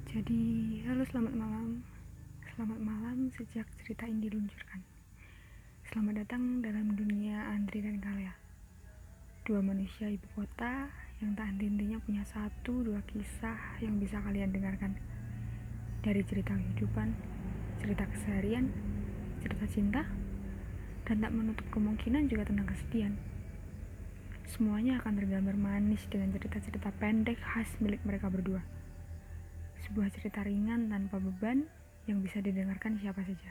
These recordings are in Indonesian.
Jadi, halo selamat malam. Selamat malam sejak cerita ini diluncurkan. Selamat datang dalam dunia Andri dan Kalea. Dua manusia ibu kota yang tak henti-hentinya punya satu dua kisah yang bisa kalian dengarkan. Dari cerita kehidupan, cerita keseharian, cerita cinta, dan tak menutup kemungkinan juga tentang kesedihan. Semuanya akan tergambar manis dengan cerita-cerita pendek khas milik mereka berdua. Sebuah cerita ringan tanpa beban yang bisa didengarkan siapa saja.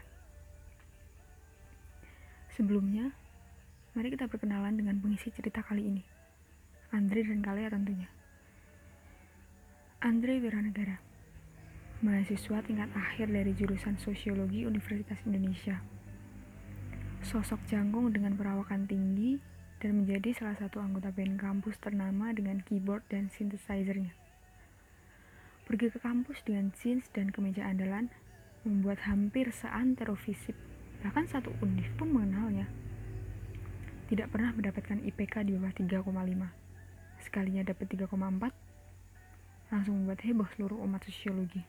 Sebelumnya, mari kita perkenalan dengan pengisi cerita kali ini. Andri dan Kalea tentunya. Andre Wiranegara, mahasiswa tingkat akhir dari jurusan Sosiologi Universitas Indonesia. Sosok jangkung dengan perawakan tinggi dan menjadi salah satu anggota band kampus ternama dengan keyboard dan synthesizer-nya. Pergi ke kampus dengan jeans dan kemeja andalan membuat hampir seantero FISIP, bahkan satu univ pun mengenalnya. Tidak pernah mendapatkan IPK di bawah 3,5. Sekalinya dapat 3,4, langsung membuat heboh seluruh umat sosiologi.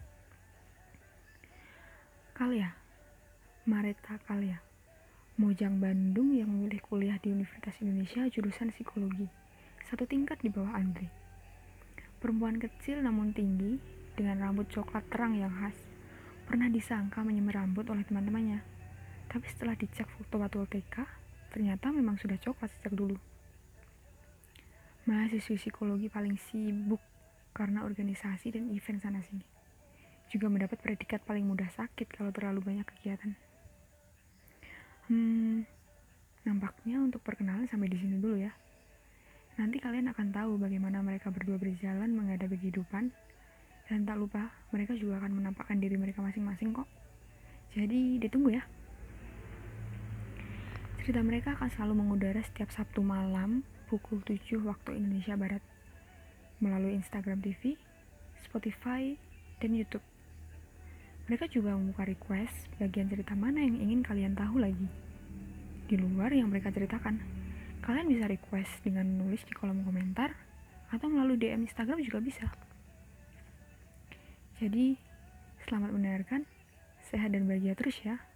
Kalea, Mareta Kalea, Mojang Bandung yang memilih kuliah di Universitas Indonesia jurusan psikologi, satu tingkat di bawah Andre. Perempuan kecil namun tinggi, dengan rambut coklat terang yang khas. Pernah disangka menyemir rambut oleh teman-temannya, tapi setelah dicek foto waktu TK, ternyata memang sudah coklat sejak dulu. Mahasiswi psikologi paling sibuk karena organisasi dan event sana-sini. Juga mendapat predikat paling mudah sakit kalau terlalu banyak kegiatan. Nampaknya untuk perkenalan sampai di sini dulu ya. Nanti kalian akan tahu bagaimana mereka berdua berjalan menghadapi kehidupan. Dan tak lupa, mereka juga akan menampakkan diri mereka masing-masing kok. Jadi ditunggu ya. Cerita mereka akan selalu mengudara setiap Sabtu malam pukul 7 waktu Indonesia Barat melalui Instagram TV, Spotify, dan YouTube. Mereka juga membuka request bagian cerita mana yang ingin kalian tahu lagi di luar yang mereka ceritakan. Kalian bisa request dengan menulis di kolom komentar atau melalui DM Instagram juga bisa. Jadi, selamat mendengarkan, sehat dan bahagia terus ya.